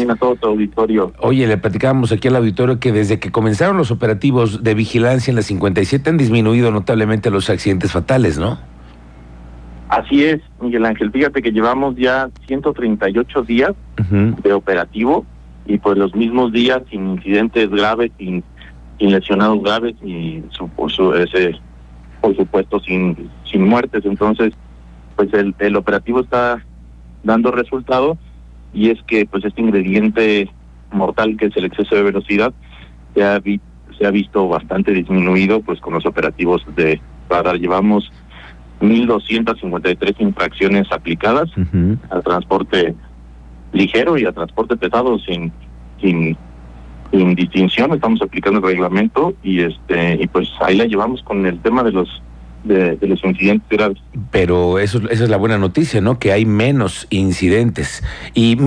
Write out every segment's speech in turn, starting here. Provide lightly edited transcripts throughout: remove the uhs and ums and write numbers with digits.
también a todo tu auditorio. Oye, le platicábamos aquí al auditorio que desde que comenzaron los operativos de vigilancia en la 57 han disminuido notablemente los accidentes fatales, ¿no? Así es, Miguel Ángel. Fíjate que llevamos ya 138 días de operativo y pues los mismos días sin incidentes graves, sin lesionados graves y por supuesto sin muertes. Entonces, pues el operativo está dando resultado, y es que pues este ingrediente mortal que es el exceso de velocidad se ha visto bastante disminuido pues con los operativos de radar. Llevamos 1,253 infracciones aplicadas al transporte ligero y al transporte pesado sin distinción. Estamos aplicando el reglamento y pues ahí la llevamos con el tema de los incidentes graves. Pero esa es la buena noticia, ¿no? Que hay menos incidentes. Y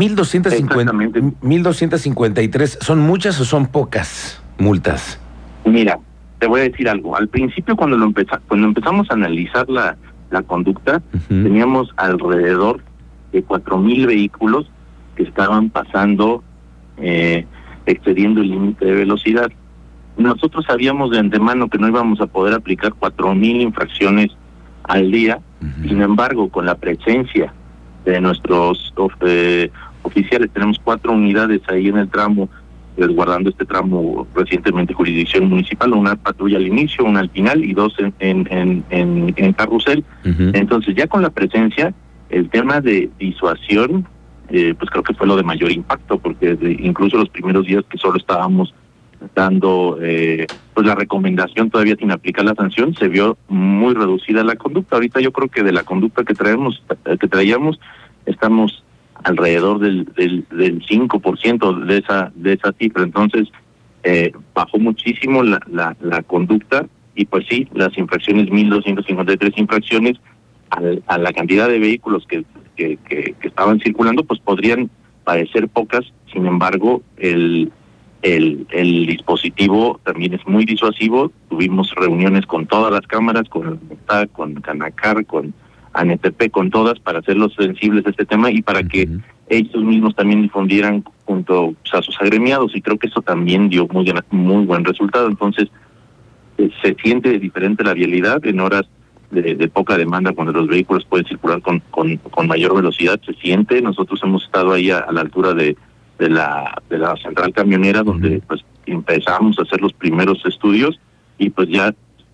1,253, ¿son muchas o son pocas multas? Mira, te voy a decir algo. Al principio, cuando empezamos a analizar la conducta, teníamos alrededor de 4,000 vehículos que estaban pasando, excediendo el límite de velocidad. Nosotros sabíamos de antemano que no íbamos a poder aplicar 4,000 infracciones al día. Sin embargo, con la presencia de nuestros oficiales, tenemos 4 unidades ahí en el tramo, resguardando este tramo recientemente jurisdicción municipal, una patrulla al inicio, una al final y 2 en carrusel. Entonces, ya con la presencia, el tema de disuasión, pues creo que fue lo de mayor impacto, porque incluso los primeros días que solo estábamos dando pues la recomendación todavía sin aplicar la sanción, se vio muy reducida la conducta. Ahorita yo creo que de la conducta que traíamos estamos alrededor del 5% de esa cifra. Entonces bajó muchísimo la conducta, y pues sí, las infracciones, 1,253 infracciones a la cantidad de vehículos que estaban circulando, pues podrían parecer pocas. Sin embargo, el dispositivo también es muy disuasivo. Tuvimos reuniones con todas las cámaras, con el MOTAC, con Canacar, con ANTP, con todas, para hacerlos sensibles a este tema y para que ellos mismos también difundieran junto a sus agremiados, y creo que eso también dio muy buen resultado. Entonces, se siente diferente la vialidad en horas de poca demanda, cuando los vehículos pueden circular con mayor velocidad, se siente. Nosotros hemos estado ahí a la altura de la central camionera, donde pues empezamos a hacer los primeros estudios, y pues ya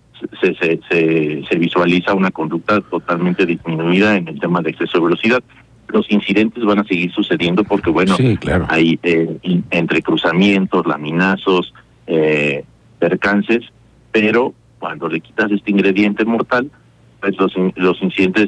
se visualiza una conducta totalmente disminuida en el tema de exceso de velocidad. Los incidentes van a seguir sucediendo porque, bueno, sí, claro, hay entre cruzamientos, laminazos, percances, pero cuando le quitas este ingrediente mortal, pues los incidentes,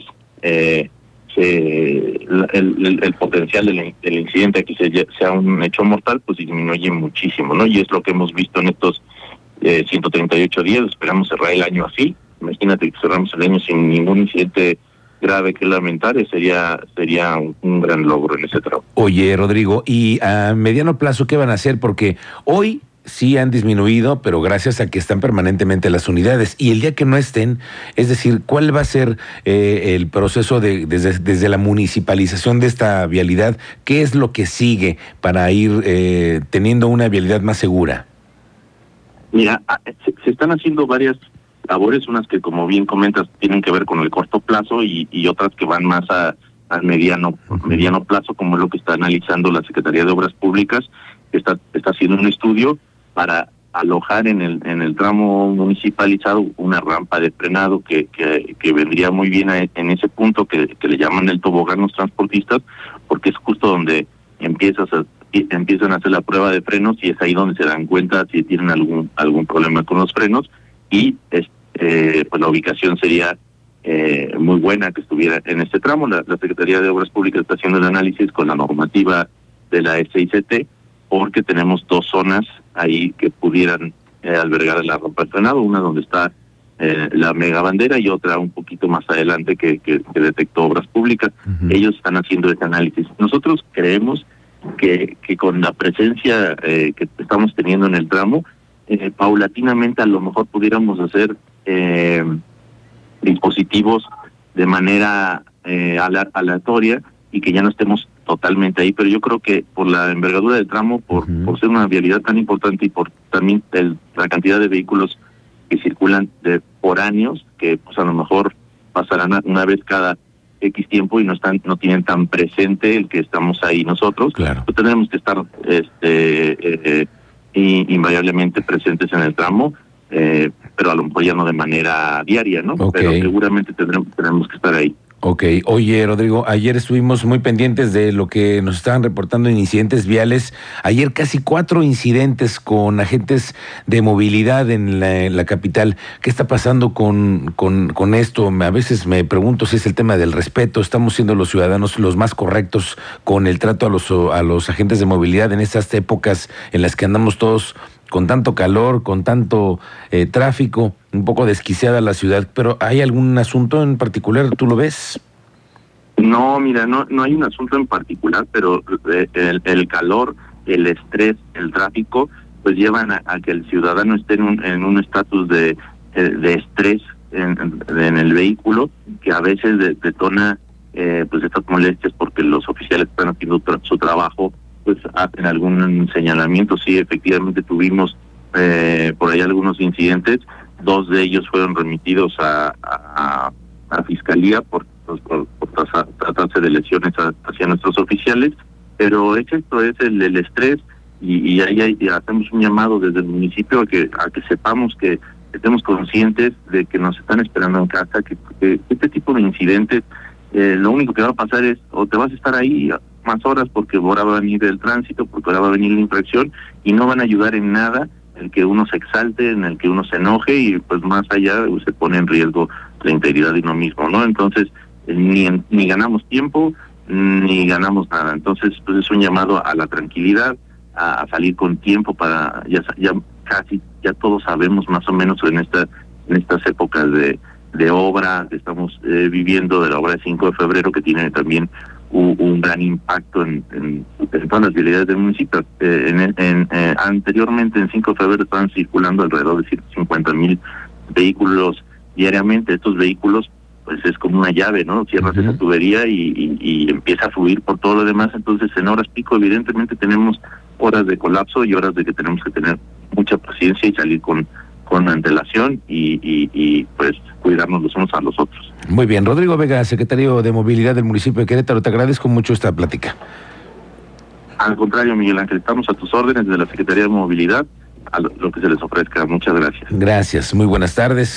el potencial del incidente que sea un hecho mortal, pues disminuye muchísimo, ¿no? Y es lo que hemos visto en estos 138 días. Esperamos cerrar el año así. Imagínate que cerramos el año sin ningún incidente grave que lamentar, sería un gran logro en ese trabajo. Oye, Rodrigo, y a mediano plazo, ¿qué van a hacer? Porque hoy sí han disminuido, pero gracias a que están permanentemente las unidades. Y el día que no estén, es decir, ¿cuál va a ser el proceso desde la municipalización de esta vialidad? ¿Qué es lo que sigue para ir teniendo una vialidad más segura? Mira, se están haciendo varias labores, unas que, como bien comentas, tienen que ver con el corto plazo y otras que van más al mediano plazo, como es lo que está analizando la Secretaría de Obras Públicas, que está haciendo un estudio para alojar en el tramo municipalizado una rampa de frenado que vendría muy bien en ese punto que le llaman el tobogán los transportistas, porque es justo donde empiezan a hacer la prueba de frenos, y es ahí donde se dan cuenta si tienen algún problema con los frenos, y pues la ubicación sería muy buena que estuviera en este tramo. La Secretaría de Obras Públicas está haciendo el análisis con la normativa de la SICT, porque tenemos 2 zonas ahí que pudieran albergar la rampa de frenado, una donde está la mega bandera y otra un poquito más adelante que detectó Obras Públicas. Ellos están haciendo ese análisis. Nosotros creemos que con la presencia que estamos teniendo en el tramo, paulatinamente a lo mejor pudiéramos hacer dispositivos de manera aleatoria, y que ya no estemos totalmente ahí, pero yo creo que por la envergadura del tramo, por ser una vialidad tan importante y por también la cantidad de vehículos que circulan por años, que pues a lo mejor pasarán una vez cada X tiempo y no tienen tan presente el que estamos ahí nosotros, claro. Pues tenemos que estar invariablemente presentes en el tramo, pero a lo mejor ya no de manera diaria, ¿no? Okay. Pero seguramente tenemos que estar ahí. Ok. Oye, Rodrigo, ayer estuvimos muy pendientes de lo que nos estaban reportando en incidentes viales. Ayer casi 4 incidentes con agentes de movilidad en la capital. ¿Qué está pasando con esto? A veces me pregunto si es el tema del respeto. ¿Estamos siendo los ciudadanos los más correctos con el trato a los agentes de movilidad en estas épocas en las que andamos todos con tanto calor, con tanto tráfico, un poco desquiciada la ciudad? Pero ¿hay algún asunto en particular? ¿Tú lo ves? No, mira, no hay un asunto en particular, pero el calor, el estrés, el tráfico, pues llevan a que el ciudadano esté en un estatus de estrés en el vehículo, que a veces detona pues estas molestias porque los oficiales están haciendo su trabajo, pues hacen algún señalamiento. Sí, efectivamente tuvimos por ahí algunos incidentes. 2 de ellos fueron remitidos a fiscalía por tratarse de lesiones hacia nuestros oficiales, pero esto es el estrés, y ahí hacemos un llamado desde el municipio a que sepamos, que estemos conscientes de que nos están esperando en casa, que este tipo de incidentes lo único que va a pasar es, o te vas a estar ahí más horas porque ahora va a venir el tránsito, porque ahora va a venir la infracción, y no van a ayudar en nada el que uno se exalte, en el que uno se enoje, y pues más allá se pone en riesgo la integridad de uno mismo, ¿no? Entonces, ni ganamos tiempo, ni ganamos nada. Entonces, pues es un llamado a la tranquilidad, a salir con tiempo para, ya todos sabemos más o menos en estas épocas de obra que estamos viviendo, de la obra de 5 de febrero, que tiene también un gran impacto en todas las vialidades del municipio. Anteriormente, en 5 de febrero, estaban circulando alrededor de 150,000 vehículos diariamente. Estos vehículos, pues es como una llave, ¿no? Cierras esa tubería y empieza a fluir por todo lo demás. Entonces, en horas pico, evidentemente, tenemos horas de colapso y horas de que tenemos que tener mucha paciencia y salir con antelación y pues cuidarnos los unos a los otros. Muy bien. Rodrigo Vega, secretario de Movilidad del municipio de Querétaro, te agradezco mucho esta plática. Al contrario, Miguel Ángel, estamos a tus órdenes de la Secretaría de Movilidad, a lo que se les ofrezca. Muchas gracias. Gracias, muy buenas tardes.